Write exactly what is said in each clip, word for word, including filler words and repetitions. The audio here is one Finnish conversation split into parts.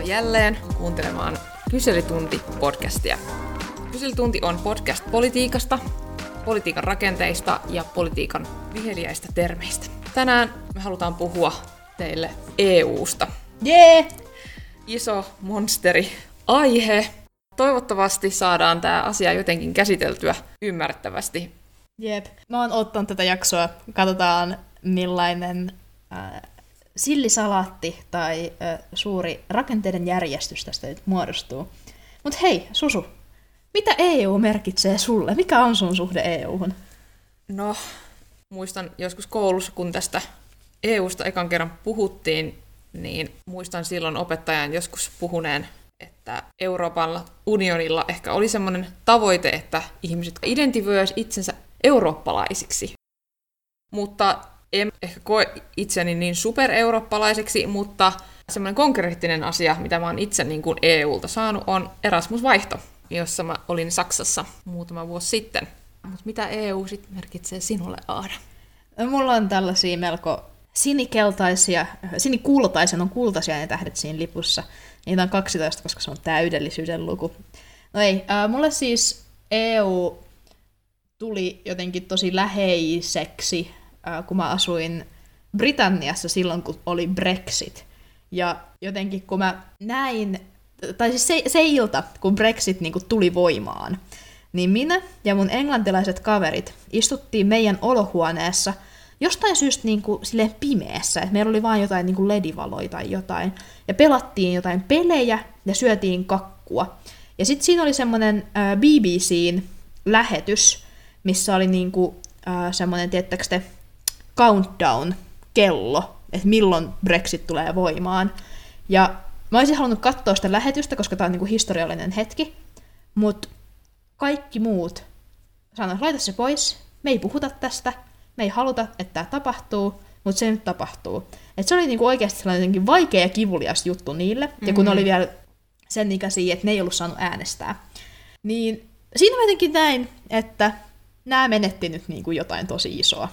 Tervetuloa jälleen kuuntelemaan Kyselytunti-podcastia. Kyselytunti on podcast politiikasta, politiikan rakenteista ja politiikan viheliäistä termeistä. Tänään me halutaan puhua teille E U:sta. Jee! Yeah! Iso monsteri aihe. Toivottavasti saadaan tämä asia jotenkin käsiteltyä ymmärrettävästi. Jep. Mä oon ottanut tätä jaksoa. Katsotaan millainen äh, sillisalaatti tai äh, suuri rakenteiden järjestys tästä nyt muodostuu. Mut hei, Susu, mitä E U merkitsee sulle? Mikä on sun suhde E U:hun? No, muistan joskus koulussa, kun tästä E U:sta ekan kerran puhuttiin, niin muistan silloin opettajan joskus puhuneen, että Euroopan unionilla ehkä oli semmoinen tavoite, että ihmiset identifioisivat itsensä eurooppalaisiksi. Mutta en ehkä koe itseni niin supereurooppalaiseksi, mutta semmoinen konkreettinen asia, mitä mä oon itse niin kuin E U:lta saanut, on Erasmus-vaihto, jossa mä olin Saksassa muutama vuosi sitten. Mutta mitä E U sitten merkitsee sinulle, Aada? Mulla on tällaisia melko sinikeltaisia, sinikultaisia, on kultaisia ne tähdet siinä lipussa. Niitä on kaksitoista, koska se on täydellisyyden luku. No ei, äh, mulle siis E U tuli jotenkin tosi läheiseksi, äh, kun mä asuin Britanniassa silloin, kun oli Brexit. Ja jotenkin kun mä näin, tai siis se, se ilta, kun Brexit niin kun tuli voimaan, niin minä ja mun englantilaiset kaverit istuttiin meidän olohuoneessa jostain syystä niin kuin silleen pimeässä, että meillä oli vain jotain niin kuin ledivaloja tai jotain, ja pelattiin jotain pelejä ja syötiin kakkua. Ja sitten siinä oli semmoinen äh, B B C:n lähetys, missä oli niin kuin, äh, semmoinen, tiettäkö te, countdown-kello, että milloin Brexit tulee voimaan. Ja mä olisin halunnut katsoa sitä lähetystä, koska tämä on niin kuin historiallinen hetki, mutta kaikki muut sanoivat, laita se pois, me ei puhuta tästä, me ei haluta, että tämä tapahtuu, mutta se nyt tapahtuu. Et se oli niinku oikeasti sellainen vaikea ja kivulias juttu niille, mm-hmm. ja kun ne oli vielä sen ikäisiä, että ne ei ollut saanut äänestää. Niin siinä mä jotenkin näin, että nämä menetti nyt niinku jotain tosi isoa.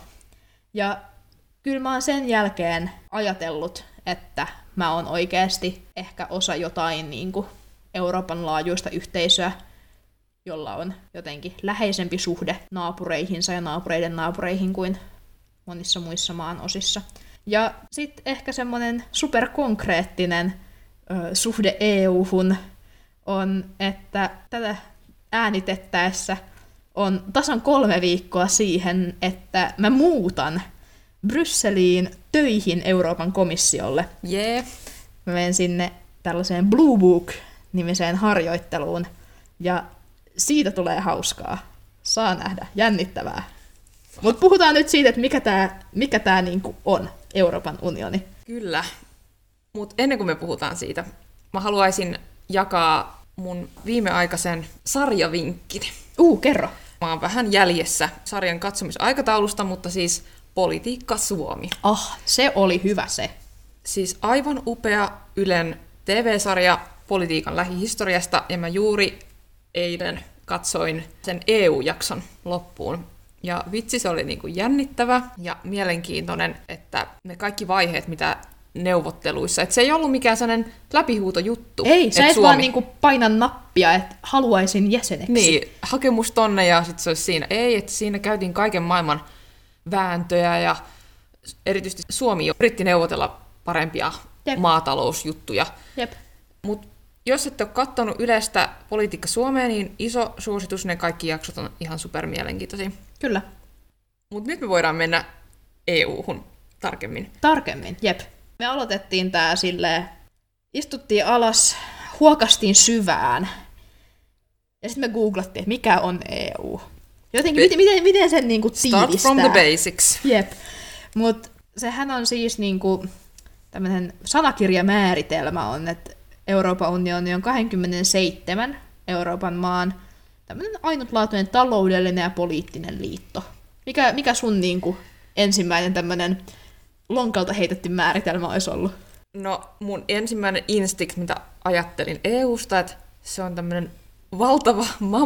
Ja kyllä mä oon sen jälkeen ajatellut, että mä oon oikeasti ehkä osa jotain niinku Euroopan laajuista yhteisöä, jolla on jotenkin läheisempi suhde naapureihinsa ja naapureiden naapureihin kuin monissa muissa maan osissa. Ja sitten ehkä semmoinen superkonkreettinen ö, suhde E U:hun on, että tätä äänitettäessä on tasan kolme viikkoa siihen, että mä muutan Brysseliin töihin Euroopan komissiolle. Yeah. Mä menen sinne tällaiseen Blue Book-nimiseen harjoitteluun, ja siitä tulee hauskaa. Saa nähdä. Jännittävää. Mutta puhutaan nyt siitä, että mikä tämä mikä tää niinku on, Euroopan unioni. Kyllä. Mutta ennen kuin me puhutaan siitä, mä haluaisin jakaa mun viimeaikaisen sarjavinkkini. Uu, kerro. Mä oon vähän jäljessä sarjan katsomisaikataulusta, mutta siis Politiikka Suomi. Ah, se oli hyvä se. Siis aivan upea Ylen T V-sarja politiikan lähihistoriasta, ja mä juuri eilen katsoin sen E U-jakson loppuun. Ja vitsi, se oli niin kuin jännittävä ja mielenkiintoinen, että ne kaikki vaiheet, mitä neuvotteluissa, että se ei ollut mikään sellainen läpihuutojuttu. Ei, sä et Suomi... vaan niin kuin paina nappia, että haluaisin jäseneksi. Niin, hakemus tonne ja sitten se olisi siinä. Ei, että siinä käytiin kaiken maailman vääntöjä ja erityisesti Suomi yritti neuvotella parempia Jep. maatalousjuttuja. Jep. Mut jos ette ole katsonut Ylestä Politiikka Suomea, niin iso suositus, ne kaikki jaksot on ihan supermielenkiintoisia. Kyllä. Mutta nyt me voidaan mennä E U:hun tarkemmin. Tarkemmin, jep. Me aloitettiin tää silleen, istuttiin alas, huokastiin syvään, ja sitten me googlattiin, että mikä on E U. Jotenkin, miten, miten, miten sen niinku tiivistää. Start from the basics. Jep. Mutta sehän on siis niinku, tämmöinen sanakirjamääritelmä on, että Euroopan unioni on kaksikymmentäseitsemän Euroopan maan tämmöinen ainutlaatuinen taloudellinen ja poliittinen liitto. Mikä, mikä sun niin kuin, ensimmäinen tämmöinen lonkalta heitetty määritelmä olisi ollut? No mun ensimmäinen instinct, mitä ajattelin E U:sta, että se on tämmöinen valtava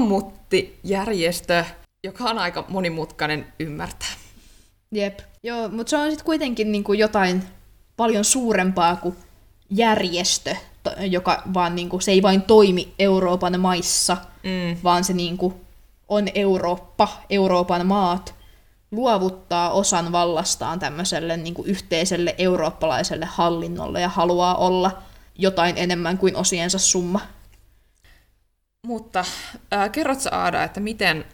mammuttijärjestö, joka on aika monimutkainen ymmärtää. Jep, joo, mutta se on sitten kuitenkin niin kuin jotain paljon suurempaa kuin järjestö joka vaan niinku, se ei vain toimi Euroopan maissa, Mm. vaan se niinku on Eurooppa, Euroopan maat, luovuttaa osan vallastaan tämmöiselle niinku yhteiselle eurooppalaiselle hallinnolle ja haluaa olla jotain enemmän kuin osiensa summa. Mutta äh, kerrotko Aada, että miten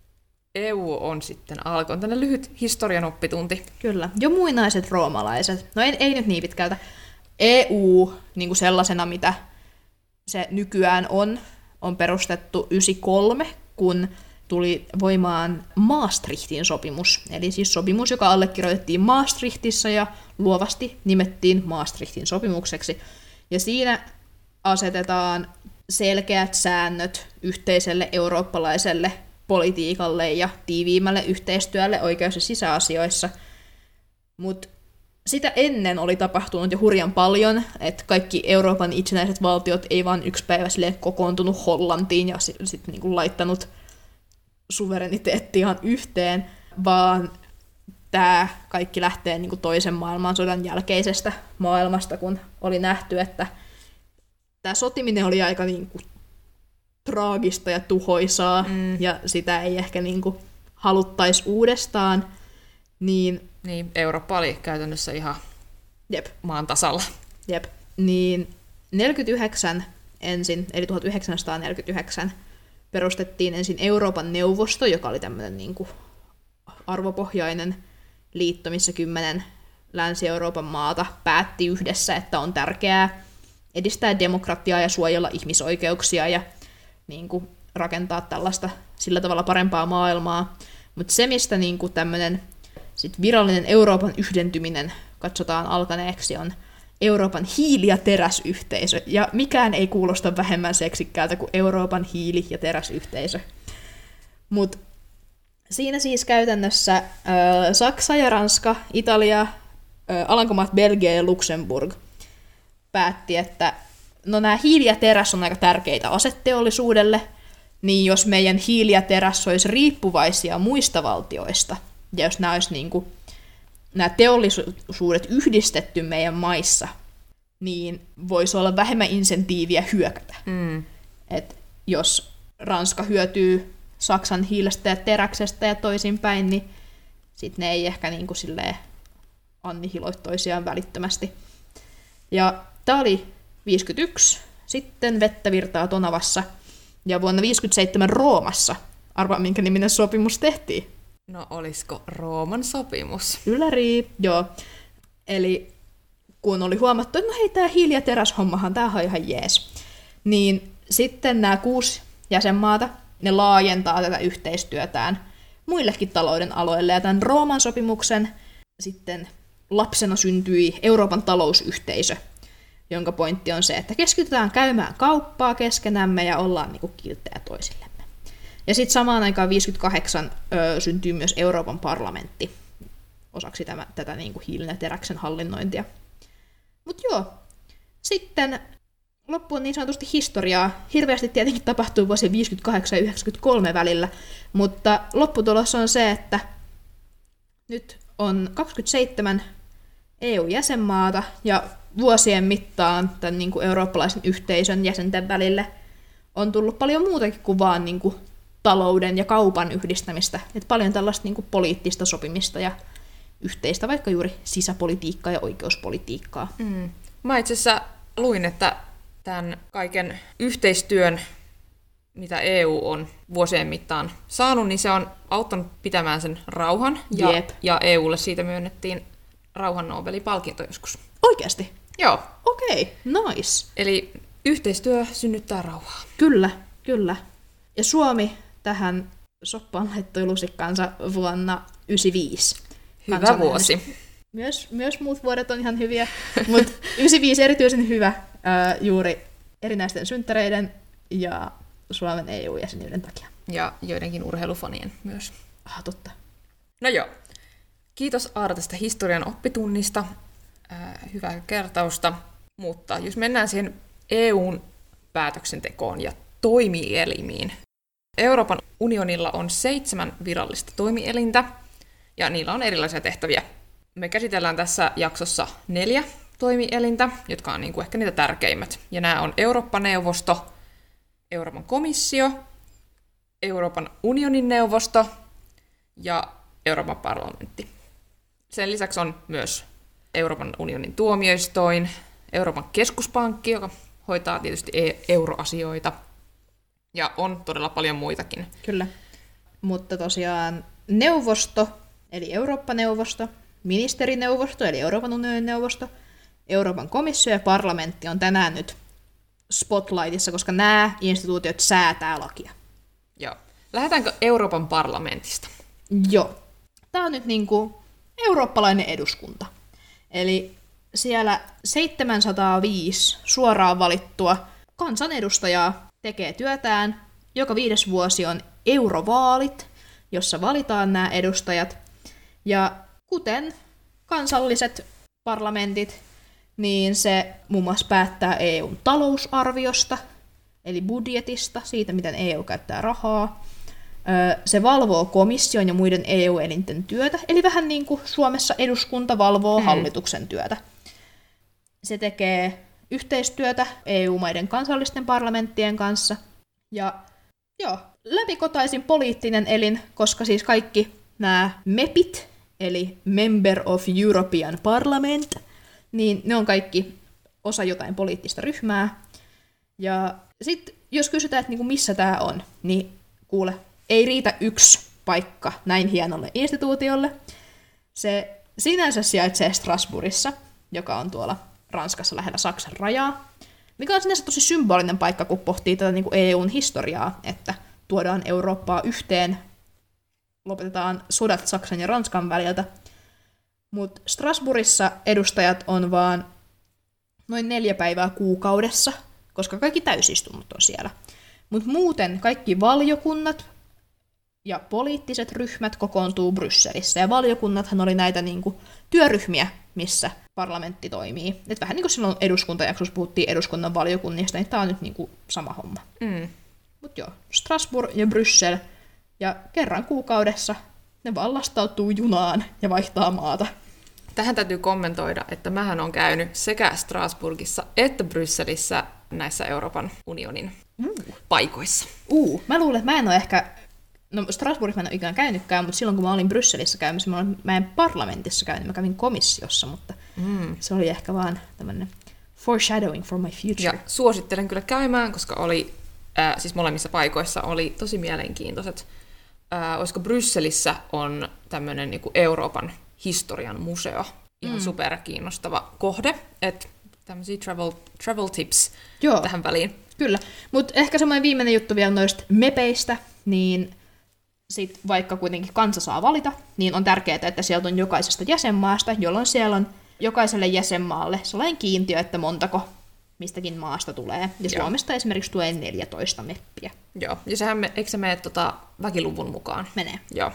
E U on sitten alkanut? Tänne lyhyt historian oppitunti. Kyllä. Jo muinaiset roomalaiset. No ei, ei nyt niin pitkältä. E U niin kuin sellaisena, mitä se nykyään on, on perustettu yhdeksänkymmentäkolme, kun tuli voimaan Maastrichtin sopimus. Eli siis sopimus, joka allekirjoitettiin Maastrichtissa ja luovasti nimettiin Maastrichtin sopimukseksi. Ja siinä asetetaan selkeät säännöt yhteiselle eurooppalaiselle politiikalle ja tiiviimmälle yhteistyölle oikeus- ja sisäasioissa. Mutta sitä ennen oli tapahtunut jo hurjan paljon, että kaikki Euroopan itsenäiset valtiot ei vaan yksi päivä silleen kokoontunut Hollantiin ja sitten sit niinku laittanut suvereniteettiaan yhteen, vaan tämä kaikki lähtee niinku toisen maailmansodan jälkeisestä maailmasta, kun oli nähty, että tämä sotiminen oli aika niinku traagista ja tuhoisaa, mm. ja sitä ei ehkä niinku haluttaisi uudestaan, niin... Niin, Eurooppa oli käytännössä ihan Jep. maan tasalla. Jep. Niin neljäkymmentäyhdeksän ensin, eli tuhatyhdeksänsataaneljäkymmentäyhdeksän, perustettiin ensin Euroopan neuvosto, joka oli tämmöinen niinku arvopohjainen liitto, missä kymmenen Länsi-Euroopan maata päätti yhdessä, että on tärkeää edistää demokratiaa ja suojella ihmisoikeuksia ja niin kuin, rakentaa tällaista sillä tavalla parempaa maailmaa. Mutta se, mistä niin kuin, tämmöinen sit virallinen Euroopan yhdentyminen katsotaan alkaneeksi, on Euroopan hiili- ja teräsyhteisö. Ja mikään ei kuulosta vähemmän seksikkäältä kuin Euroopan hiili- ja teräsyhteisö. Mutta siinä siis käytännössä äh, Saksa ja Ranska, Italia, äh, Alankomaat, Belgia ja Luxemburg päätti, että no nämä hiili ja teräs on aika tärkeitä aseteollisuudelle, niin jos meidän hiili ja teräs olisi riippuvaisia muista valtioista, ja jos nämä olisi niin kuin, nämä teollisuudet yhdistetty meidän maissa, niin voisi olla vähemmän insentiiviä hyökätä. Mm. Et jos Ranska hyötyy Saksan hiilestä ja teräksestä ja toisinpäin, niin sitten ne ei ehkä niin kuin silleen annihiloi toisiaan välittömästi. Ja tämä oli viisikymmentäyksi, sitten vettä virtaa Tonavassa, ja vuonna viisikymmentäseitsemän Roomassa, arvaa minkä niminen sopimus tehtiin. No olisiko Rooman sopimus? Yläri, joo. Eli kun oli huomattu, että no hei, tämä hiili- ja teräshommahan, tämä on ihan jees, niin sitten nämä kuusi jäsenmaata, ne laajentaa tätä yhteistyötään muillekin talouden aloille, ja tämän Rooman sopimuksen sitten lapsena syntyi Euroopan talousyhteisö, jonka pointti on se, että keskitytään käymään kauppaa keskenämme ja ollaan niinku kilttejä toisillemme. Ja sitten samaan aikaan viisikymmentäkahdeksan ö, syntyy myös Euroopan parlamentti osaksi tämä, tätä niinku hiilen ja teräksen hallinnointia. Mutta joo, sitten loppu on niin sanotusti historiaa. Hirveästi tietenkin tapahtuu vuosien viisikymmentäkahdeksan ja yhdeksänkymmentäkolme välillä, mutta lopputulos on se, että nyt on kaksikymmentäseitsemän E U-jäsenmaata, ja vuosien mittaan tämän niin kuin eurooppalaisen yhteisön jäsenten välille on tullut paljon muutakin kuin vaan niin kuin talouden ja kaupan yhdistämistä. Et paljon tällaista niin kuin poliittista sopimista ja yhteistä, vaikka juuri sisäpolitiikkaa ja oikeuspolitiikkaa. Mm. Mä itse asiassa luin, että tämän kaiken yhteistyön, mitä E U on vuosien mittaan saanut, niin se on auttanut pitämään sen rauhan, ja, ja E Ulle siitä myönnettiin rauhan Nobelin-palkinto joskus. Oikeasti? Joo. Okei, okay, nice. Eli yhteistyö synnyttää rauhaa. Kyllä, kyllä. Ja Suomi tähän soppaan laittoi lusikkansa vuonna yhdeksänkymmentäviisi. Hyvä vuosi. Myös, myös muut vuodet on ihan hyviä, mutta yhdeksänkymmentäviisi erityisen hyvä ää, juuri erinäisten synttäreiden ja Suomen E U-jäsenyyden takia. Ja joidenkin urheilufanien myös. Ah, totta. No joo. Kiitos Aara tästä historian oppitunnista. Äh, hyvää kertausta. Mutta jos mennään siihen E U:n päätöksentekoon ja toimielimiin. Euroopan unionilla on seitsemän virallista toimielintä, ja niillä on erilaisia tehtäviä. Me käsitellään tässä jaksossa neljä toimielintä, jotka on niin kuin ehkä niitä tärkeimmät. Ja nämä on Eurooppa-neuvosto, Euroopan komissio, Euroopan unionin neuvosto ja Euroopan parlamentti. Sen lisäksi on myös Euroopan unionin tuomioistuin, Euroopan keskuspankki, joka hoitaa tietysti euroasioita, ja on todella paljon muitakin. Kyllä. Mutta tosiaan neuvosto, eli Eurooppa-neuvosto, ministerineuvosto, eli Euroopan unionin neuvosto, Euroopan komissio ja parlamentti on tänään nyt spotlightissa, koska nämä instituutiot säätää lakia. Joo. Lähdetäänkö Euroopan parlamentista? Joo. Tämä on nyt niin kuin eurooppalainen eduskunta. Eli siellä seitsemänsataaviisi suoraan valittua kansanedustajaa tekee työtään. Joka viides vuosi on eurovaalit, jossa valitaan nämä edustajat. Ja kuten kansalliset parlamentit, niin se muun muassa päättää E U:n talousarviosta, eli budjetista, siitä miten E U käyttää rahaa. Se valvoo komission ja muiden E U-elinten työtä, eli vähän niin kuin Suomessa eduskunta valvoo hmm. hallituksen työtä. Se tekee yhteistyötä E U-maiden kansallisten parlamenttien kanssa. Ja joo, läpikotaisin poliittinen elin, koska siis kaikki nämä MEPit, eli Member of European Parliament, niin ne on kaikki osa jotain poliittista ryhmää. Ja sitten jos kysytään, että niinku missä tämä on, niin kuule, ei riitä yksi paikka näin hienolle instituutiolle. Se sinänsä sijaitsee Strasbourgissa, joka on tuolla Ranskassa lähellä Saksan rajaa, mikä on sinänsä tosi symbolinen paikka, kun pohtii tätä niinku E U:n historiaa, että tuodaan Eurooppaa yhteen, lopetetaan sodat Saksan ja Ranskan väliltä. Mutta Strasbourgissa edustajat on vaan noin neljä päivää kuukaudessa, koska kaikki täysistunnot on siellä. Mutta muuten kaikki valiokunnat ja poliittiset ryhmät kokoontuu Brysselissä. Ja valiokunnathan oli näitä niinku työryhmiä, missä parlamentti toimii. Et vähän niin kuin silloin eduskuntajaksossa puhuttiin eduskunnan valiokunnista, niin tämä on nyt niinku sama homma. Mm. Mutta joo, Strasbourg ja Bryssel, ja kerran kuukaudessa ne vaan lastautuu junaan ja vaihtaa maata. Tähän täytyy kommentoida, että mähän on käynyt sekä Strasbourgissa että Brysselissä näissä Euroopan unionin uh. paikoissa. Uh, mä luulen, että mä en ole ehkä, no Strasbourgissa mä en ole ikään käynytkään, mutta silloin kun mä olin Brysselissä käymässä, mä, olin, mä en parlamentissa käynyt, mä kävin komissiossa, mutta mm. se oli ehkä vaan tämmöinen foreshadowing for my future. Ja suosittelen kyllä käymään, koska oli, äh, siis molemmissa paikoissa oli tosi mielenkiintoiset. Äh, olisiko Brysselissä on tämmöinen niin kuin Euroopan historian museo, ihan mm. superkiinnostava kohde, että tämmöisiä travel, travel tips Joo. tähän väliin. Kyllä, mutta ehkä semmoinen viimeinen juttu vielä noista mepeistä, niin sit vaikka kuitenkin kansa saa valita, niin on tärkeää, että sieltä on jokaisesta jäsenmaasta, jolloin siellä on jokaiselle jäsenmaalle sellainen kiintiö, että montako mistäkin maasta tulee. Ja Joo. Suomesta esimerkiksi tulee neljätoista meppiä. Joo, ja sehän me, eikö se mene tota väkiluvun mukaan? Menee. Joo.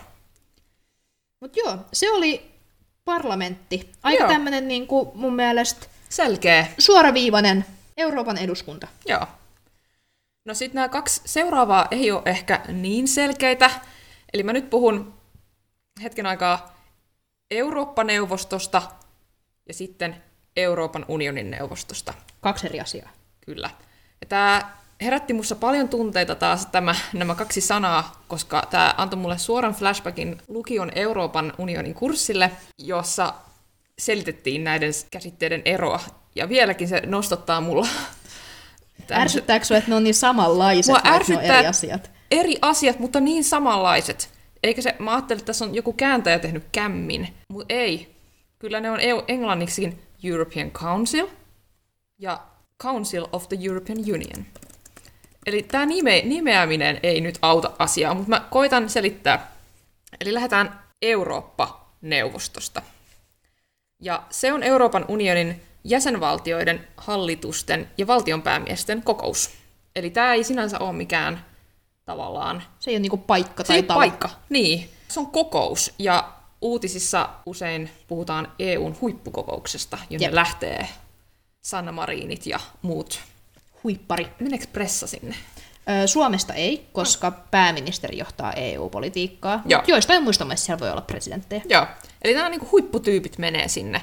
Mutta joo, se oli parlamentti. Aika tämmöinen niin kuin mun mielestä selkeä, suoraviivainen Euroopan eduskunta. Joo. No sitten nämä kaksi seuraavaa ei ole ehkä niin selkeitä. Eli mä nyt puhun hetken aikaa Eurooppa-neuvostosta ja sitten Euroopan unionin neuvostosta. Kaksi eri asiaa. Kyllä. Ja tämä herätti musta paljon tunteita taas tämä, nämä kaksi sanaa, koska tämä antoi mulle suoran flashbackin lukion Euroopan unionin kurssille, jossa selitettiin näiden käsitteiden eroa. Ja vieläkin se nostottaa mulla. Ärsyttääkö sinua, että ne on niin samanlaiset, vaikka ne on eri asiat? Eri asiat, mutta niin samanlaiset. Eikä se, mä ajattelin, että tässä on joku kääntäjä tehnyt kämmin, mutta ei. Kyllä ne on englanniksikin European Council ja Council of the European Union. Eli tämä nime, nimeäminen ei nyt auta asiaa, mutta mä koitan selittää. Eli lähdetään Eurooppa-neuvostosta. Ja se on Euroopan unionin jäsenvaltioiden, hallitusten ja valtionpäämiesten kokous. Eli tämä ei sinänsä ole mikään tavallaan... Se ei ole niinku paikka tai se talo. Paikka, niin. Se on kokous, ja uutisissa usein puhutaan E U:n huippukokouksesta, jonne Jep. lähtee Sanna Marinit ja muut. Huippari. Meneekö pressa sinne? Suomesta ei, koska pääministeri johtaa E U-politiikkaa. Joo. Joistain muista maista siellä voi olla presidenttejä. Joo, eli nämä niinku huipputyypit menee sinne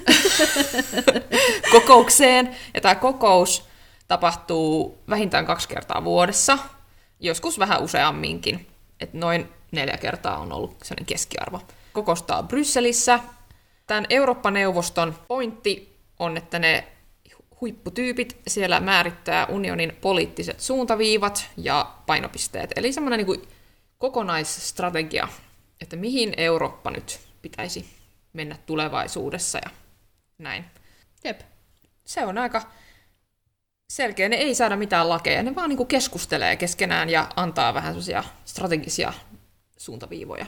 kokoukseen, ja tämä kokous tapahtuu vähintään kaksi kertaa vuodessa, joskus vähän useamminkin, että noin neljä kertaa on ollut sellainen keskiarvo. Kokoustaa Brysselissä. Tämän Eurooppa-neuvoston pointti on, että ne huipputyypit siellä määrittää unionin poliittiset suuntaviivat ja painopisteet. Eli semmoinen niin kuin kokonaisstrategia, että mihin Eurooppa nyt pitäisi mennä tulevaisuudessa ja näin. Jep. Se on aika selkeä. Ne ei saada mitään lakeja, ne vaan niin kuin keskustelee keskenään ja antaa vähän semmoisia strategisia suuntaviivoja.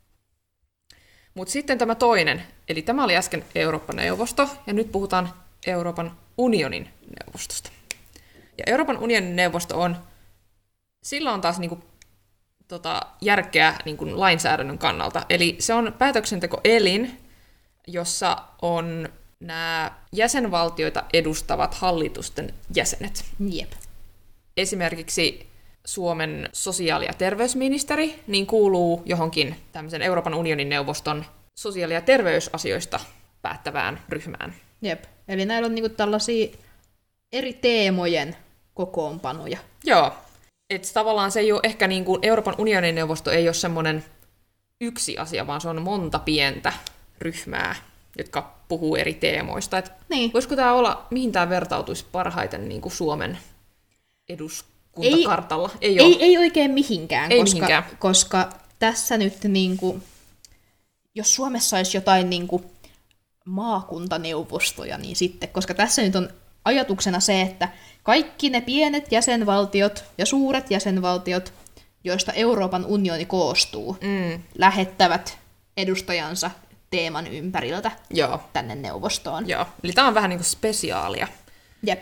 Mutta sitten tämä toinen, eli tämä oli äsken Eurooppa-neuvosto, ja nyt puhutaan Euroopan unionin neuvostosta. Ja Euroopan unionin neuvosto on, sillä on taas niinku, tota, järkeä niinku, lainsäädännön kannalta. Eli se on päätöksentekoelin, jossa on nämä jäsenvaltioita edustavat hallitusten jäsenet. Jep. Esimerkiksi Suomen sosiaali- ja terveysministeri niin kuuluu johonkin tämmöisen Euroopan unionin neuvoston sosiaali- ja terveysasioista päättävään ryhmään. Jep. Eli näillä on niinku tällaisia eri teemojen kokoonpanoja. Joo. Et tavallaan se ei ole ehkä niin kuin Euroopan unionin neuvosto ei ole semmoinen yksi asia, vaan se on monta pientä ryhmää, jotka puhuu eri teemoista. Et Niin. voisiko tämä olla, mihin tämä vertautuisi parhaiten niin kuin Suomen eduskuntakartalla? Ei, ei, ei, ei oikein mihinkään, ei koska, mihinkään, koska tässä nyt, niinku, jos Suomessa olisi jotain niinku, maakuntaneuvostoja, niin sitten, koska tässä nyt on ajatuksena se, että kaikki ne pienet jäsenvaltiot ja suuret jäsenvaltiot, joista Euroopan unioni koostuu, Mm. lähettävät edustajansa teeman ympäriltä Joo. tänne neuvostoon. Joo. Eli tämä on vähän niin kuin spesiaalia. Jep.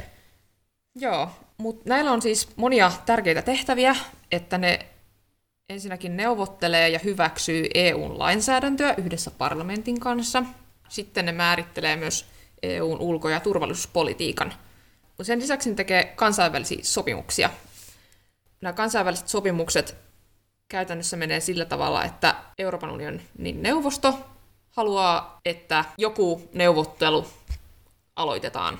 Joo, mutta näillä on siis monia tärkeitä tehtäviä, että ne ensinnäkin neuvottelee ja hyväksyy E U:n lainsäädäntöä yhdessä parlamentin kanssa. Sitten ne määrittelee myös E U:n ulko- ja turvallisuuspolitiikan. Sen lisäksi ne tekee kansainvälisiä sopimuksia. Nämä kansainväliset sopimukset käytännössä menee sillä tavalla, että Euroopan unionin neuvosto haluaa, että joku neuvottelu aloitetaan.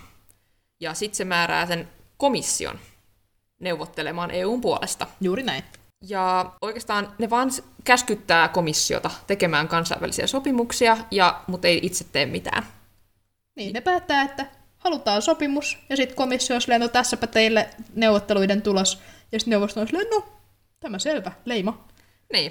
Ja sitten se määrää sen komission neuvottelemaan E U:n puolesta. Juuri näin. Ja oikeastaan ne vaan käskyttää komissiota tekemään kansainvälisiä sopimuksia, ja, mutta ei itse tee mitään. Niin, ne päättää, että halutaan sopimus, ja sitten komissio on silleen, no tässäpä teille neuvotteluiden tulos, ja sitten neuvosto on silleen, no, tämä selvä, leima. Niin.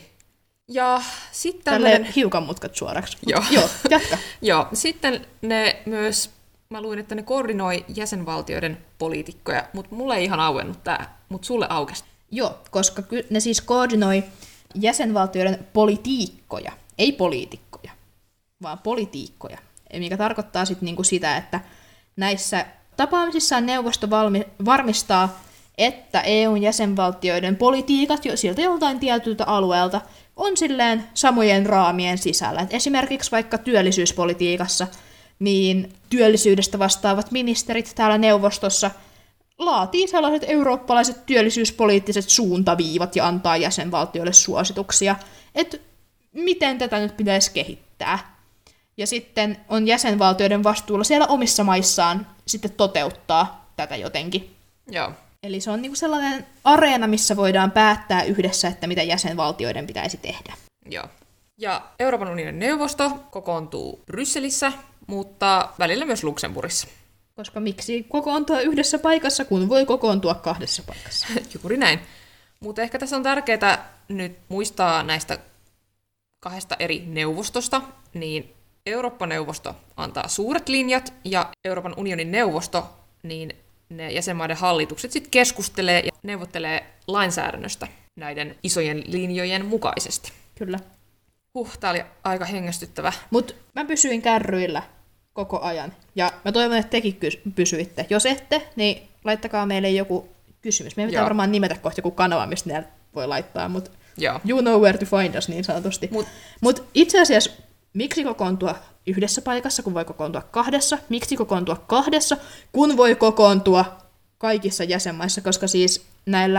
Ja sitten Tälleen tämmönen... hiukan mutkat suoraksi. Mut, Joo. joo, jatka. Joo, sitten ne myös, mä luin, että ne koordinoi jäsenvaltioiden poliitikkoja, mutta mulle ei ihan auennut tää, mutta sulle aukesi. Joo, koska ky- ne siis koordinoi jäsenvaltioiden politiikkoja, ei poliitikkoja, vaan politiikkoja. Mikä tarkoittaa sitten niinku sitä, että näissä tapaamisissaan neuvosto valmi- varmistaa, että E U:n jäsenvaltioiden politiikat jo siltä joltain tietyltä alueelta on silleen samojen raamien sisällä. Et esimerkiksi vaikka työllisyyspolitiikassa, niin työllisyydestä vastaavat ministerit täällä neuvostossa laatii sellaiset eurooppalaiset työllisyyspoliittiset suuntaviivat ja antaa jäsenvaltioille suosituksia, että miten tätä nyt pitäisi kehittää. Ja sitten on jäsenvaltioiden vastuulla siellä omissa maissaan sitten toteuttaa tätä jotenkin. Joo. Eli se on niinku sellainen areena, missä voidaan päättää yhdessä, että mitä jäsenvaltioiden pitäisi tehdä. Joo. Ja Euroopan unionin neuvosto kokoontuu Brysselissä, mutta välillä myös Luxemburgissa. Koska miksi kokoontua yhdessä paikassa, kun voi kokoontua kahdessa paikassa? Juuri näin. Mutta ehkä tässä on tärkeää nyt muistaa näistä kahdesta eri neuvostosta, niin Eurooppa-neuvosto antaa suuret linjat, ja Euroopan unionin neuvosto, niin ne jäsenmaiden hallitukset sitten keskustelee ja neuvottelee lainsäädännöstä näiden isojen linjojen mukaisesti. Kyllä. Huh, tää oli aika hengästyttävä. Mut mä pysyin kärryillä koko ajan. Ja mä toivon, että tekin kys- pysyitte. Jos ette, niin laittakaa meille joku kysymys. Meidän pitää Joo. varmaan nimetä kohta joku kanava, mistä ne voi laittaa, mutta Joo. you know where to find us niin sanotusti. Mut- Mut itse asiassa, miksi kokoontua yhdessä paikassa, kun voi kokoontua kahdessa? Miksi kokoontua kahdessa, kun voi kokoontua kaikissa jäsenmaissa? Koska siis näillä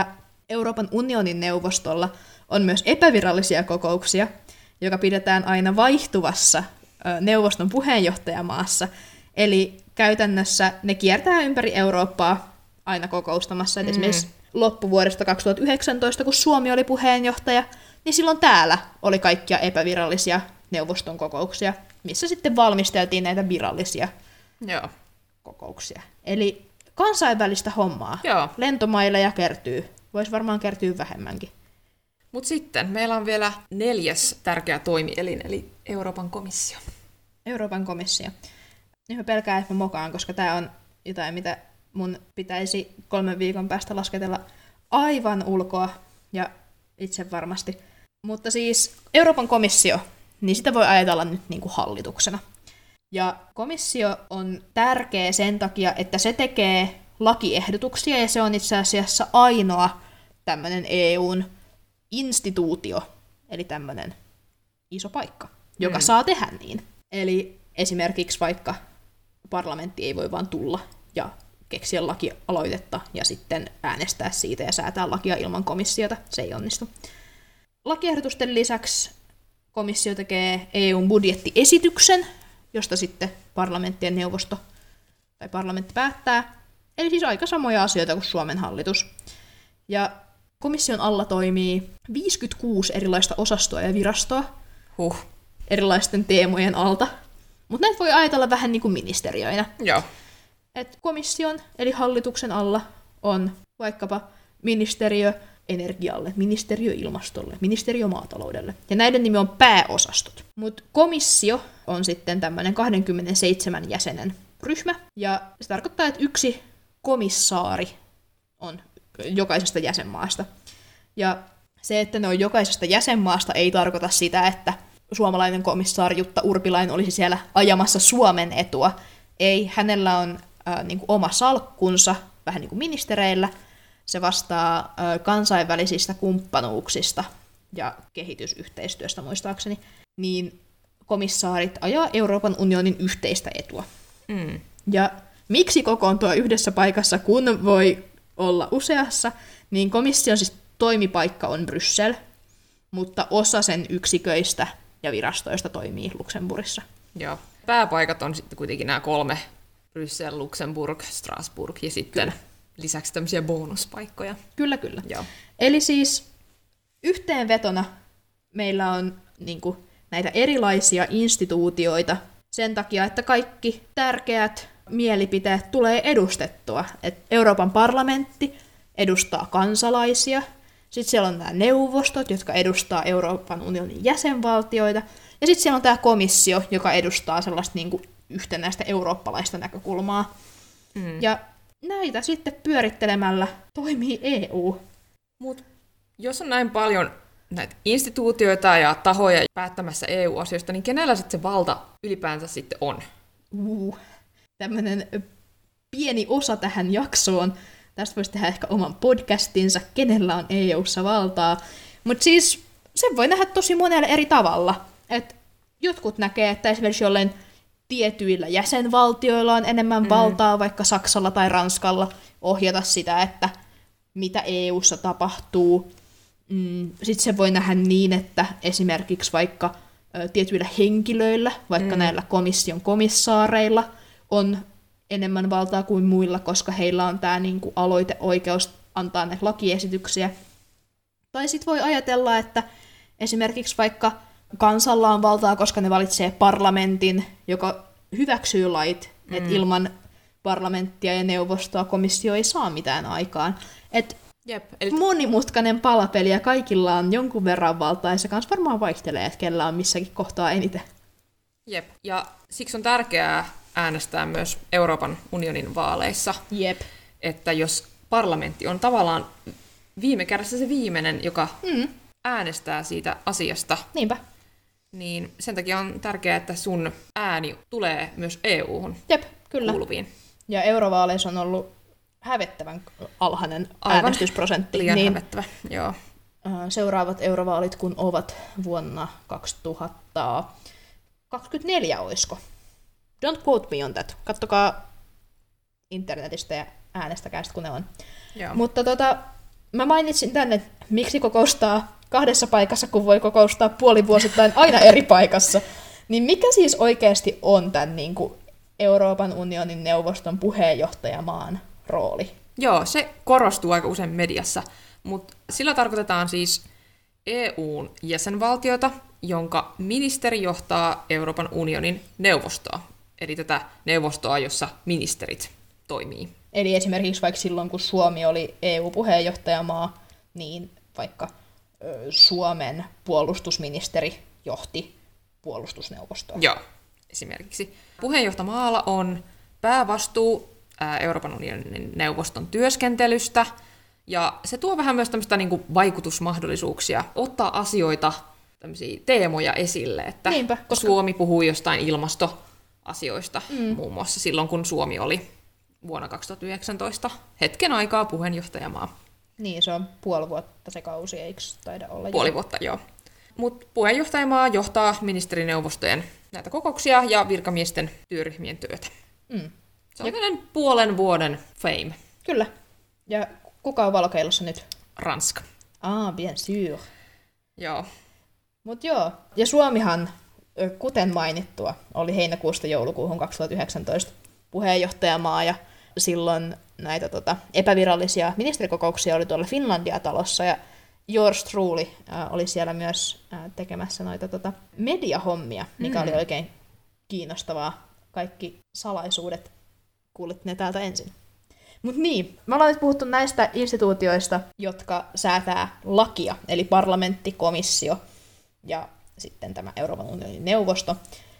Euroopan unionin neuvostolla on myös epävirallisia kokouksia, joka pidetään aina vaihtuvassa neuvoston puheenjohtajamaassa. Eli käytännössä ne kiertää ympäri Eurooppaa aina kokoustamassa. Mm. Esimerkiksi loppuvuodesta kaksituhattayhdeksäntoista, kun Suomi oli puheenjohtaja, niin silloin täällä oli kaikkia epävirallisia neuvoston kokouksia, missä sitten valmisteltiin näitä virallisia Joo. kokouksia. Eli kansainvälistä hommaa. Joo. Lentomaileja kertyy. Voisi varmaan kertyä vähemmänkin. Mutta sitten meillä on vielä neljäs tärkeä toimielin, eli Euroopan komissio. Euroopan komissio. Nyt mä pelkään, että mä mokaan, koska tää on jotain, mitä mun pitäisi kolmen viikon päästä lasketella aivan ulkoa ja itse varmasti. Mutta siis Euroopan komissio, niin sitä voi ajatella nyt niin kuin hallituksena. Ja komissio on tärkeä sen takia, että se tekee lakiehdotuksia ja se on itse asiassa ainoa tämmöinen E U:n instituutio, eli tämmöinen iso paikka, joka mm. saa tehdä niin. Eli esimerkiksi vaikka parlamentti ei voi vaan tulla ja keksiä lakialoitetta ja sitten äänestää siitä ja säätää lakia ilman komissiota. Se ei onnistu. Lakiehdotusten lisäksi komissio tekee E U:n budjettiesityksen, josta sitten parlamentti ja neuvosto tai parlamentti päättää. Eli siis aika samoja asioita kuin Suomen hallitus. Ja komission alla toimii viisikymmentäkuusi erilaista osastoa ja virastoa huh. erilaisten teemojen alta. Mutta näitä voi ajatella vähän niin kuin ministeriöinä. Joo. Et komission eli hallituksen alla on vaikkapa ministeriö energialle, ministeriö ilmastolle, ministeriö maataloudelle. Ja näiden nimi on pääosastot. Mutta komissio on sitten tämmöinen kaksikymmentäseitsemän jäsenen ryhmä. Ja se tarkoittaa, että yksi komissaari on jokaisesta jäsenmaasta. Ja se, että ne on jokaisesta jäsenmaasta, ei tarkoita sitä, että suomalainen komissaari Jutta Urpilainen olisi siellä ajamassa Suomen etua. Ei, hänellä on äh, niin kuin oma salkkunsa, vähän niin kuin ministereillä. Se vastaa äh, kansainvälisistä kumppanuuksista ja kehitysyhteistyöstä muistaakseni. Niin komissaarit ajaa Euroopan unionin yhteistä etua. Mm. Ja miksi kokoontua yhdessä paikassa, kun voi olla useassa, niin komission siis toimipaikka on Bryssel, mutta osa sen yksiköistä ja virastoista toimii Luxemburgissa. Joo. Pääpaikat on sitten kuitenkin nämä kolme, Bryssel, Luxemburg, Strasbourg ja sitten kyllä. lisäksi tämmöisiä bonuspaikkoja. Kyllä, kyllä. Joo. Eli siis yhteenvetona meillä on niin kuin, näitä erilaisia instituutioita sen takia, että kaikki tärkeät mielipiteet tulee edustettua. Et Euroopan parlamentti edustaa kansalaisia, sitten siellä on nämä neuvostot, jotka edustaa Euroopan unionin jäsenvaltioita, ja sitten siellä on tämä komissio, joka edustaa sellaista niin kuin yhtenäistä eurooppalaista näkökulmaa. Mm. Ja näitä sitten pyörittelemällä toimii E U. Mut jos on näin paljon näitä instituutioita ja tahoja päättämässä E U-asioista, niin kenellä sitten se valta ylipäänsä sitten on? Uh, tämmöinen pieni osa tähän jaksoon. Tästä voisi tehdä ehkä oman podcastinsa, kenellä on E U:ssa valtaa. Mutta siis sen voi nähdä tosi monella eri tavalla. Et jotkut näkee, että esimerkiksi jollain tietyillä jäsenvaltioilla on enemmän mm. valtaa, vaikka Saksalla tai Ranskalla, ohjata sitä, että mitä E U:ssa tapahtuu. Mm, Sitten se voi nähdä niin, että esimerkiksi vaikka ö, tietyillä henkilöillä, vaikka mm. näillä komission komissaareilla, on enemmän valtaa kuin muilla, koska heillä on tämä niinku aloiteoikeus antaa näitä lakiesityksiä. Tai sitten voi ajatella, että esimerkiksi vaikka kansalla on valtaa, koska ne valitsee parlamentin, joka hyväksyy lait, mm. että ilman parlamenttia ja neuvostoa komissio ei saa mitään aikaan. Et Jep, eli monimutkainen palapeli ja kaikilla on jonkun verran valtaa ja se kanssa varmaan vaihtelee, että kellä on missäkin kohtaa eniten. Jep, ja siksi on tärkeää äänestää myös Euroopan unionin vaaleissa, Jep. että jos parlamentti on tavallaan viime kädessä se viimeinen, joka mm. äänestää siitä asiasta, Niinpä. niin sen takia on tärkeää, että sun ääni tulee myös E U-hun Jep, kyllä. kuuluviin. Ja eurovaaleissa on ollut hävettävän alhainen Aivan. äänestysprosentti. Liian niin hävettävä, joo. Seuraavat eurovaalit, kun ovat vuonna kaksituhattakaksikymmentäneljä, oisko? Don't quote me on that. Kattokaa internetistä ja äänestäkää sitten, kun ne on. Joo. Mutta tota, mä mainitsin tänne, että miksi kokoustaa kahdessa paikassa, kun voi kokoustaa puolivuosittain aina eri paikassa. Niin mikä siis oikeasti on tämän niin kuin Euroopan unionin neuvoston puheenjohtajamaan rooli? Joo, se korostuu aika usein mediassa, mutta sillä tarkoitetaan siis E U:n jäsenvaltiota, jonka ministeri johtaa Euroopan unionin neuvostoa, eli tätä neuvostoa, jossa ministerit toimii. Eli esimerkiksi vaikka silloin, kun Suomi oli E U-puheenjohtajamaa, niin vaikka ö, Suomen puolustusministeri johti puolustusneuvostoa. Joo, esimerkiksi. Puheenjohtajamaalla on päävastuu ää, Euroopan unionin neuvoston työskentelystä, ja se tuo vähän myös tämmöistä niin kuin vaikutusmahdollisuuksia, ottaa asioita, tämmöisiä teemoja esille, että Niinpä, koska... Suomi puhuu jostain ilmastoasioista, mm. muun muassa silloin, kun Suomi oli vuonna kaksituhattayhdeksäntoista hetken aikaa puheenjohtajamaa. Niin, se on puoli vuotta se kausi, eikö taida olla? Puoli vuotta, joo. Mutta puheenjohtajamaa johtaa ministerineuvostojen näitä kokouksia ja virkamiesten työryhmien työtä. Mm. Se on ja... puolen vuoden fame. Kyllä. Ja kuka on valokeilossa nyt? Ranska. Ah, bien sûr. Joo. Mut joo. Ja Suomihan, kuten mainittua, oli heinäkuusta joulukuuhun kaksituhattayhdeksäntoista puheenjohtajamaa, ja silloin näitä tota, epävirallisia ministerikokouksia oli tuolla Finlandia-talossa, ja yours truly äh, oli siellä myös äh, tekemässä noita tota, mediahommia, mikä mm. oli oikein kiinnostavaa. Kaikki salaisuudet kuulit ne täältä ensin. Mutta niin, me ollaan nyt puhuttu näistä instituutioista, jotka säätää lakia, eli parlamentti, komissio ja sitten tämä Euroopan unionin neuvosto.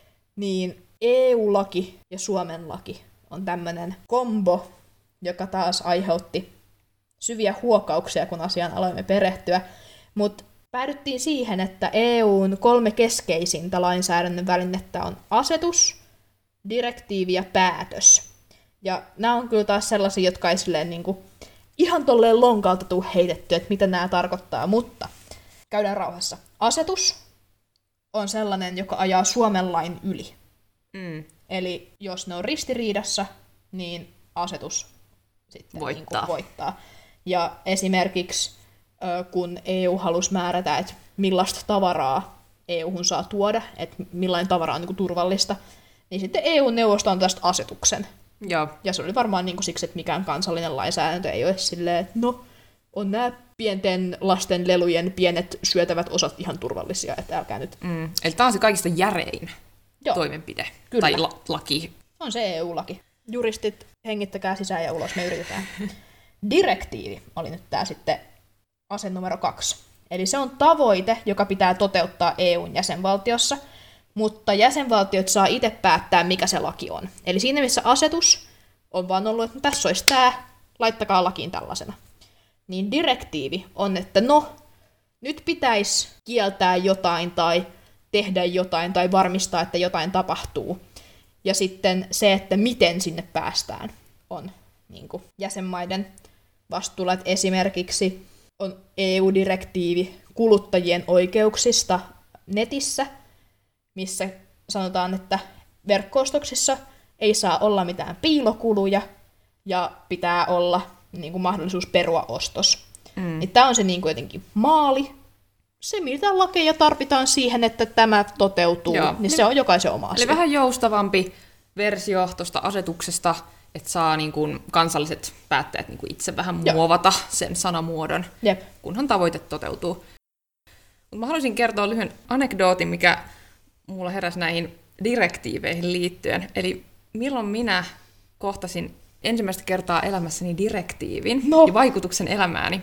Niin E U-laki ja Suomen laki on tämmöinen kombo, joka taas aiheutti syviä huokauksia, kun asiaan aloimme perehtyä. Mutta päädyttiin siihen, että E U:n kolme keskeisintä lainsäädännön välinettä on asetus, direktiivi ja päätös. Ja nämä on kyllä taas sellaisia, jotka ei silleen niin kuin ihan tolleen lonkalta tuu heitetty, että mitä nämä tarkoittaa, mutta käydään rauhassa. Asetus on sellainen, joka ajaa Suomen lain yli. Mm. Eli jos ne on ristiriidassa, niin asetus sitten voittaa. Niin kuin voittaa. Ja esimerkiksi kun E U halusi määrätä, että millaista tavaraa E U:hun saa tuoda, että millainen tavara on niin kuin turvallista, niin sitten E U-neuvosto on tästä asetuksen. Joo. Ja se oli varmaan niin kuin siksi, että mikään kansallinen lainsäädäntö ei ole silleen, että no, on nämä pienten lasten lelujen pienet syötävät osat ihan turvallisia, että älkää nyt. Mm. Eli tämä on se kaikista järein Joo. toimenpide Kyllä. tai la- laki. On se E U-laki. Juristit, hengittäkää sisään ja ulos, me yritetään. Direktiivi oli nyt tämä sitten ase numero kaksi. Eli se on tavoite, joka pitää toteuttaa E U:n jäsenvaltiossa, mutta jäsenvaltiot saa itse päättää, mikä se laki on. Eli siinä, missä asetus on vaan ollut, että tässä olisi tämä, laittakaa lakiin tällaisena. Niin direktiivi on, että no, nyt pitäisi kieltää jotain tai tehdä jotain tai varmistaa, että jotain tapahtuu. Ja sitten se, että miten sinne päästään, on niin kuin jäsenmaiden vastuulla. Että esimerkiksi on E U-direktiivi kuluttajien oikeuksista netissä, missä sanotaan, että verkko-ostoksissa ei saa olla mitään piilokuluja ja pitää olla niin kuin mahdollisuus perua ostos. Mm. Niin tämä on se niin kuin jotenkin maali. Se, mitä lakeja tarvitaan siihen, että tämä toteutuu, Joo. niin se on jokaisen oma asia. Eli vähän joustavampi versio tuosta asetuksesta, että saa niin kuin kansalliset päättäjät niin kuin itse vähän muovata Joo. sen sanamuodon, Jep. kunhan tavoite toteutuu. Mut mä haluaisin kertoa lyhyen anekdootin, mikä mulla heräsi näihin direktiiveihin liittyen. Eli milloin minä kohtasin ensimmäistä kertaa elämässäni direktiivin no. ja vaikutuksen elämääni.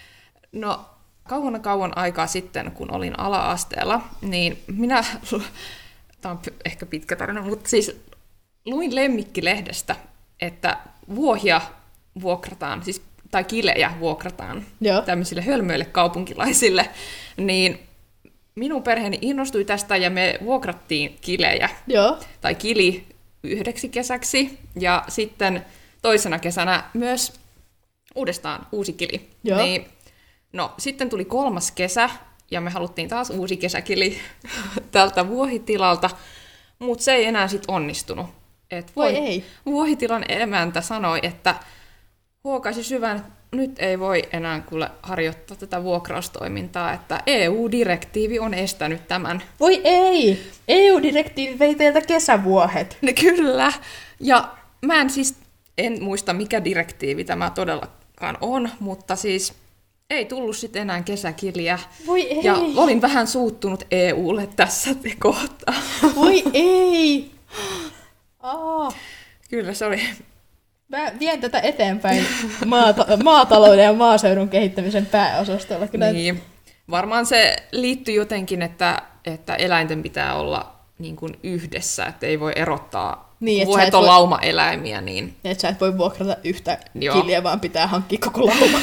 No, kauan kauan aikaa sitten, kun olin ala-asteella, niin minä, tämä on ehkä pitkä tarina, mutta siis luin Lemmikkilehdestä, että vuohia vuokrataan, siis, tai kilejä vuokrataan Joo. tämmöisille hölmöille kaupunkilaisille, niin minun perheeni innostui tästä ja me vuokrattiin kilejä, Joo. tai kili yhdeksi kesäksi, ja sitten toisena kesänä myös uudestaan uusi kili. Joo. Niin, no, sitten tuli kolmas kesä, ja me haluttiin taas uusi kesäkili tältä vuohitilalta, mutta se ei enää sitten onnistunut. Et voi, ei. Vuohitilan emäntä sanoi, että huokaisi syvään, että nyt ei voi enää kuule harjoittaa tätä vuokraustoimintaa, että E U-direktiivi on estänyt tämän. Voi ei! E U-direktiivi vei teiltä kesävuohet. Ne kyllä. Ja mä en siis, en muista mikä direktiivi tämä todellakaan on, mutta siis ei tullut sitten enää kesäkirjaa. Voi ei! Ja olin vähän suuttunut E U:lle tässä kohtaa. Voi ei! Aa. Kyllä se oli. Mä vien tätä eteenpäin maata- maatalouden ja maaseudun kehittämisen pääosastolla. Kyllä. Niin. Varmaan se liittyy jotenkin, että, että eläinten pitää olla niin kuin yhdessä, että ei voi erottaa, niin, kun vuohet on voi... laumaeläimiä. Niin... Että sä et voi vuokrata yhtä Joo. kiliä, vaan pitää hankkia koko lauma.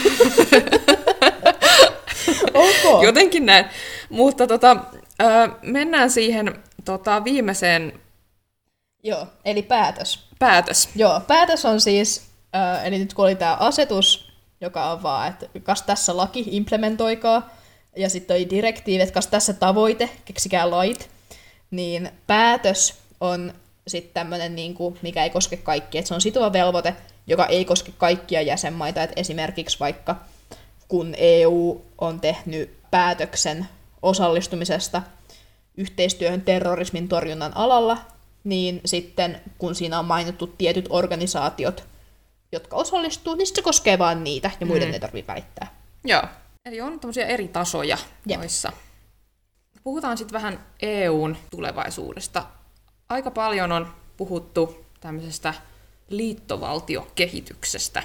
Okay. Jotenkin näin. Mutta tota, äh, mennään siihen tota, viimeiseen... Joo, eli päätös. Päätös. Joo, päätös on siis, äh, eli nyt kun oli tämä asetus, joka on vaan, että kas tässä laki, implementoikaa, ja sitten toi direktiivi, että kas tässä tavoite, keksikää lait, niin päätös on sitten tämmöinen, niinku, mikä ei koske kaikkia, että se on sitova velvoite, joka ei koske kaikkia jäsenmaita, että esimerkiksi vaikka kun E U on tehnyt päätöksen osallistumisesta yhteistyöhön terrorismin torjunnan alalla, niin sitten kun siinä on mainittu tietyt organisaatiot, jotka osallistuu, niin se koskee vain niitä, ja muiden mm. ei tarvitse välittää. Joo, eli on tämmöisiä eri tasoja Jep. noissa. Puhutaan sitten vähän E U:n tulevaisuudesta. Aika paljon on puhuttu tämmöisestä liittovaltiokehityksestä,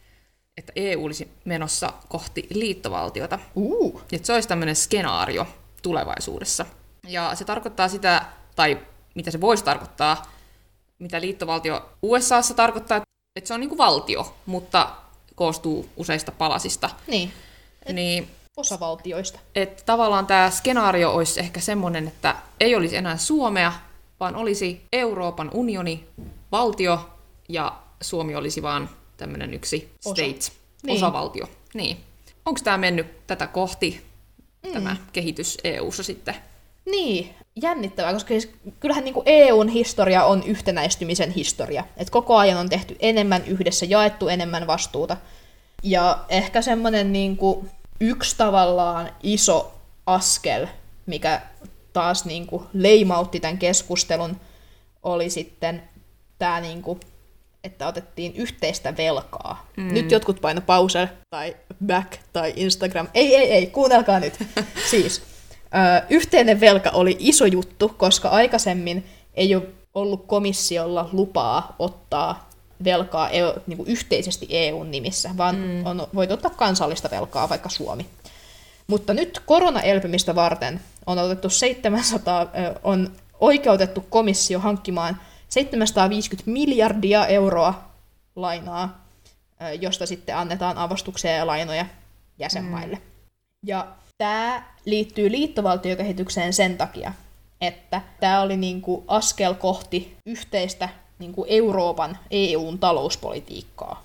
että E U olisi menossa kohti liittovaltiota. Uh. Että se olisi tämmöinen skenaario tulevaisuudessa. Ja se tarkoittaa sitä, tai mitä se voisi tarkoittaa, mitä liittovaltio U S A:ssa tarkoittaa, että se on niin kuin valtio, mutta koostuu useista palasista. Niin. niin osavaltioista. Että tavallaan tämä skenaario olisi ehkä semmoinen, että ei olisi enää Suomea, vaan olisi Euroopan unioni, valtio, ja Suomi olisi vaan tämmöinen yksi state, Osa. niin. osavaltio. Niin. Onko tämä mennyt tätä kohti, mm. tämä kehitys E U:ssa sitten? Niin, jännittävää, koska siis kyllähän niin kuin E U:n historia on yhtenäistymisen historia. Et koko ajan on tehty enemmän yhdessä, jaettu enemmän vastuuta. Ja ehkä semmoinen niin kuin yksi tavallaan iso askel, mikä taas niin kuin leimautti tämän keskustelun, oli sitten tämä, niin kuin, että otettiin yhteistä velkaa. Mm. Nyt jotkut paino pause tai back tai Instagram. Ei, ei, ei, kuunnelkaa nyt. Siis ö, yhteinen velka oli iso juttu, koska aikaisemmin ei ole ollut komissiolla lupaa ottaa velkaa e- niin kuin yhteisesti E U:n nimissä, vaan mm. on, voit ottaa kansallista velkaa, vaikka Suomi. Mutta nyt koronaelpymistä varten on otettu seitsemänsataa, on oikeutettu komissio hankkimaan seitsemänsataaviisikymmentä miljardia euroa lainaa, josta sitten annetaan avustuksia ja lainoja jäsenmaille. Mm. Ja tämä liittyy liittovaltiokehitykseen sen takia, että tämä oli niinku askel kohti yhteistä niinku Euroopan E U:n talouspolitiikkaa.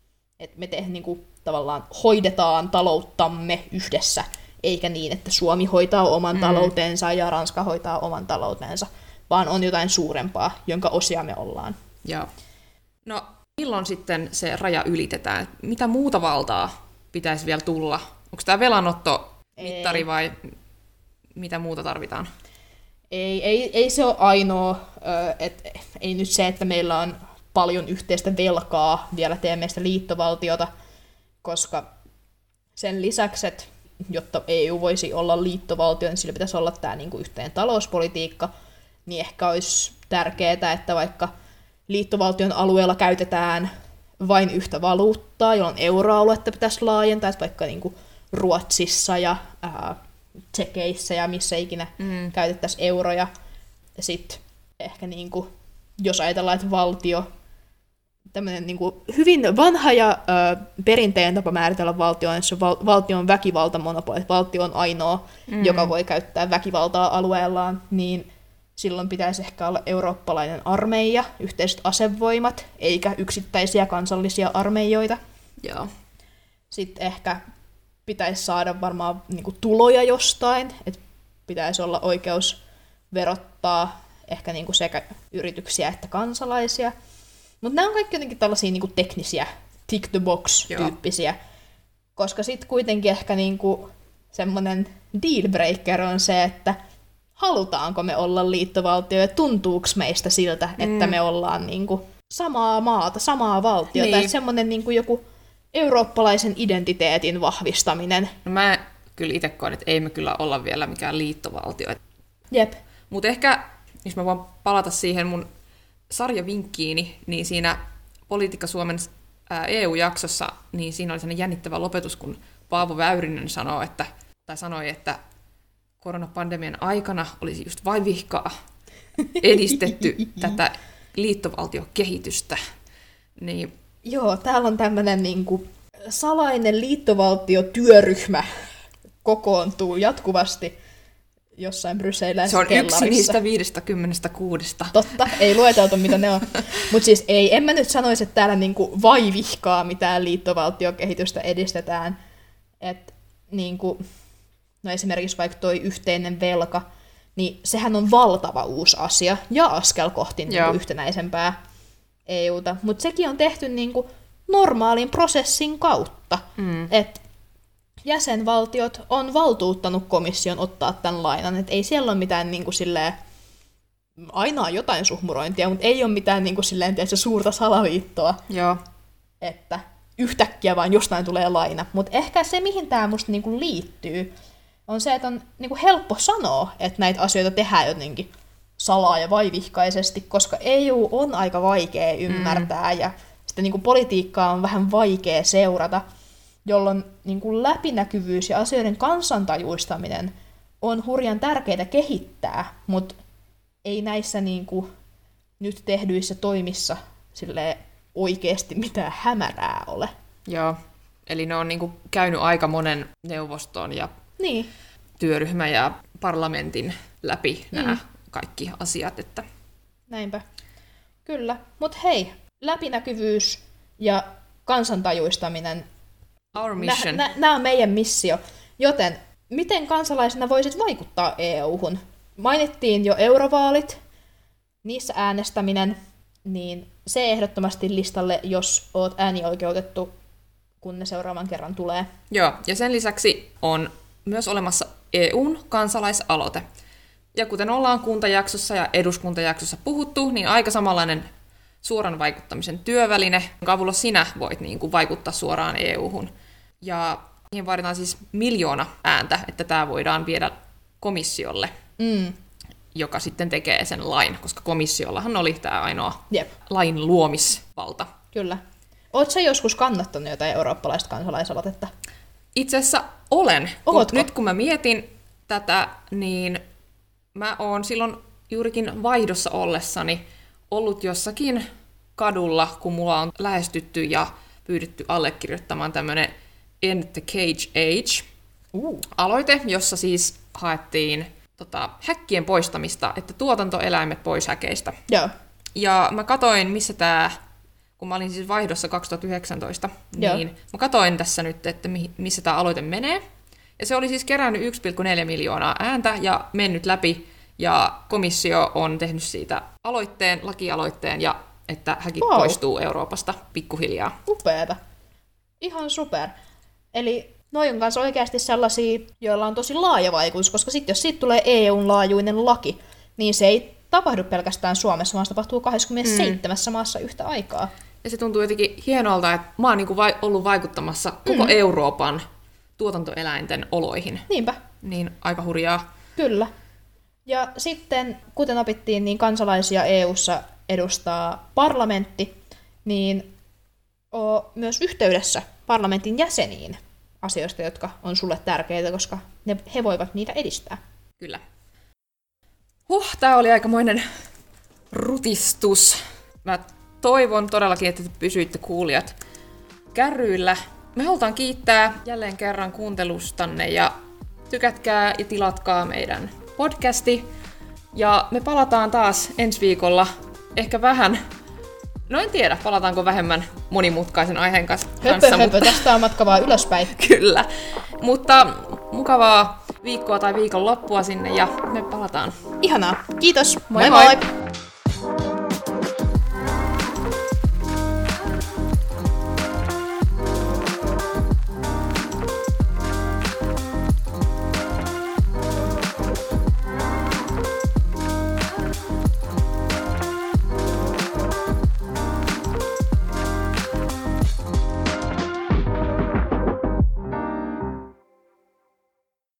Et me te, niinku, tavallaan hoidetaan talouttamme yhdessä, eikä niin, että Suomi hoitaa oman mm. taloutensa ja Ranska hoitaa oman taloutensa, vaan on jotain suurempaa, jonka osia me ollaan. Joo. No, milloin sitten se raja ylitetään? Mitä muuta valtaa pitäisi vielä tulla? Onko tämä velanottomittari ei. vai mitä muuta tarvitaan? Ei, ei, ei se ole ainoa. Et, ei nyt se, että meillä on paljon yhteistä velkaa vielä tee meistä liittovaltiota, koska sen lisäksi, että jotta E U voisi olla liittovaltio, niin sillä pitäisi olla tämä niinku yhteinen talouspolitiikka, niin ehkä olisi tärkeää, että vaikka liittovaltion alueella käytetään vain yhtä valuuttaa, jolloin euroaluetta pitäisi laajentaa, että vaikka niinku Ruotsissa ja ää, Tsekeissä ja missä ikinä mm. käytettäisiin euroja. Ja sitten ehkä niinku, jos ajatellaan, että valtio, tämmöinen niinku hyvin vanha ja ö, perinteinen tapa määritellä valtio on, että se val- valtion väkivaltamonopoli, että valtio on ainoa, mm. joka voi käyttää väkivaltaa alueellaan, niin silloin pitäisi ehkä olla eurooppalainen armeija, yhteiset asevoimat, eikä yksittäisiä kansallisia armeijoita. Joo. Sitten ehkä pitäisi saada varmaan niin kuin tuloja jostain, että pitäisi olla oikeus verottaa ehkä niin kuin sekä yrityksiä että kansalaisia. Mutta nämä on kaikki jotenkin tällaisia niin kuin teknisiä tick the box-tyyppisiä. Koska sitten kuitenkin ehkä niinku semmoinen dealbreaker on se, että halutaanko me olla liittovaltio ja tuntuuko meistä siltä, että mm. me ollaan niinku samaa maata, samaa valtiota. Niin. Että semmoinen niinku joku eurooppalaisen identiteetin vahvistaminen. No mä kyllä itse koen, että ei me kyllä olla vielä mikään liittovaltio. Jep. Mutta ehkä, jos mä voin palata siihen mun sarjavinkkiini, niin siinä Politiikka Suomen E U-jaksossa, niin siinä oli sellainen jännittävä lopetus, kun Paavo Väyrynen sanoi, että, tai sanoi, että koronapandemian aikana olisi just vaivihkaa edistetty tätä liittovaltiokehitystä. Niin... Joo, täällä on tämmöinen niinku salainen liittovaltiotyöryhmä kokoontuu jatkuvasti jossain brysseläisessä Se on kellarissa. yksi niistä viisikymmentäkuusi. Totta, ei lueteltu mitä ne on. Mutta siis ei, en mä nyt sanoisi, että täällä niinku vaivihkaa mitään liittovaltiokehitystä edistetään. Et niinku, no esimerkiksi vaikka toi yhteinen velka, niin sehän on valtava uusi asia ja askel kohti niinku yhtenäisempää E U:ta. Mutta sekin on tehty niinku normaalin prosessin kautta. Mm. Että jäsenvaltiot on valtuuttanut komission ottaa tämän lainan, että ei siellä ole mitään niin kuin silleen, aina on jotain suhmurointia, mutta ei ole mitään niin kuin silleen, tiedätkö, suurta salaliittoa, Joo. että yhtäkkiä vaan jostain tulee laina. Mutta ehkä se, mihin tämä musta niin kuin liittyy, on se, että on niin kuin helppo sanoa, että näitä asioita tehdään jotenkin salaa ja vaivihkaisesti, koska E U on aika vaikea ymmärtää mm. ja sitten niin kuin politiikkaa on vähän vaikea seurata, jolloin niin kuin läpinäkyvyys ja asioiden kansantajuistaminen on hurjan tärkeää kehittää, mutta ei näissä niin kuin nyt tehdyissä toimissa silleen oikeasti mitään hämärää ole. Joo, eli ne on niin kuin käynyt aika monen neuvoston ja niin. työryhmän ja parlamentin läpi mm. nämä kaikki asiat. Että... Näinpä. Kyllä, mutta hei, läpinäkyvyys ja kansantajuistaminen, Our mission. Nämä on meidän missio. Joten, miten kansalaisena voisit vaikuttaa E U:hun? Mainittiin jo eurovaalit, niissä äänestäminen, niin se ehdottomasti listalle, jos oot äänioikeutettu, kun ne seuraavan kerran tulee. Joo, ja sen lisäksi on myös olemassa E U:n kansalaisaloite. Ja kuten ollaan kuntajaksossa ja eduskuntajaksossa puhuttu, niin aika samanlainen suoran vaikuttamisen työväline, jonka avulla sinä voit niin kuin vaikuttaa suoraan E U:hun. Ja siihen vaaditaan siis miljoona ääntä, että tämä voidaan viedä komissiolle, mm. joka sitten tekee sen lain, koska komissiollahan oli tämä ainoa Jep. lain luomisvalta. Kyllä. Oletko sä joskus kannattanut jotain eurooppalaista kansalaisaloitetta? Itse asiassa olen. Kun, nyt kun mä mietin tätä, niin mä oon silloin juurikin vaihdossa ollessani ollut jossakin kadulla, kun mulla on lähestytty ja pyydetty allekirjoittamaan tämmöinen End the Cage Age-aloite, uh. jossa siis haettiin tota, häkkien poistamista, että tuotantoeläimet pois häkeistä. Joo. Ja mä katoin, missä tää, kun mä olin siis vaihdossa kaksituhattayhdeksäntoista, Joo. niin mä katoin tässä nyt, että missä tämä aloite menee. Ja se oli siis kerännyt yksi pilkku neljä miljoonaa ääntä ja mennyt läpi, ja komissio on tehnyt siitä aloitteen, lakialoitteen, ja että häkit wow. poistuu Euroopasta pikkuhiljaa. Upeeta. Ihan super. Eli noi on kanssa oikeasti sellaisia, joilla on tosi laaja vaikutus, koska sitten jos siitä tulee E U:n laajuinen laki, niin se ei tapahdu pelkästään Suomessa, vaan se tapahtuu kaksikymmentäseitsemän mm. maassa yhtä aikaa. Ja se tuntuu jotenkin hienolta, että mä oon niinku vai- ollut vaikuttamassa koko mm. Euroopan tuotantoeläinten oloihin. Niinpä. Niin aika hurjaa. Kyllä. Ja sitten, kuten opittiin, niin kansalaisia E U:ssa edustaa parlamentti, niin oo myös yhteydessä parlamentin jäseniin asioista, jotka on sulle tärkeitä, koska ne, he voivat niitä edistää. Kyllä. Huh, tää oli aikamoinen rutistus. Mä toivon todellakin, että te pysyitte kuulijat kärryillä. Me halutaan kiittää jälleen kerran kuuntelustanne ja tykätkää ja tilatkaa meidän podcasti. Ja me palataan taas ensi viikolla ehkä vähän, no en tiedä, palataanko vähemmän monimutkaisen aiheen kanssa. Höpö, höpö, mutta... tästä on matka vaan ylöspäin. Kyllä, mutta mukavaa viikkoa tai viikon loppua sinne ja me palataan. Ihanaa, kiitos, moi moi! moi. moi.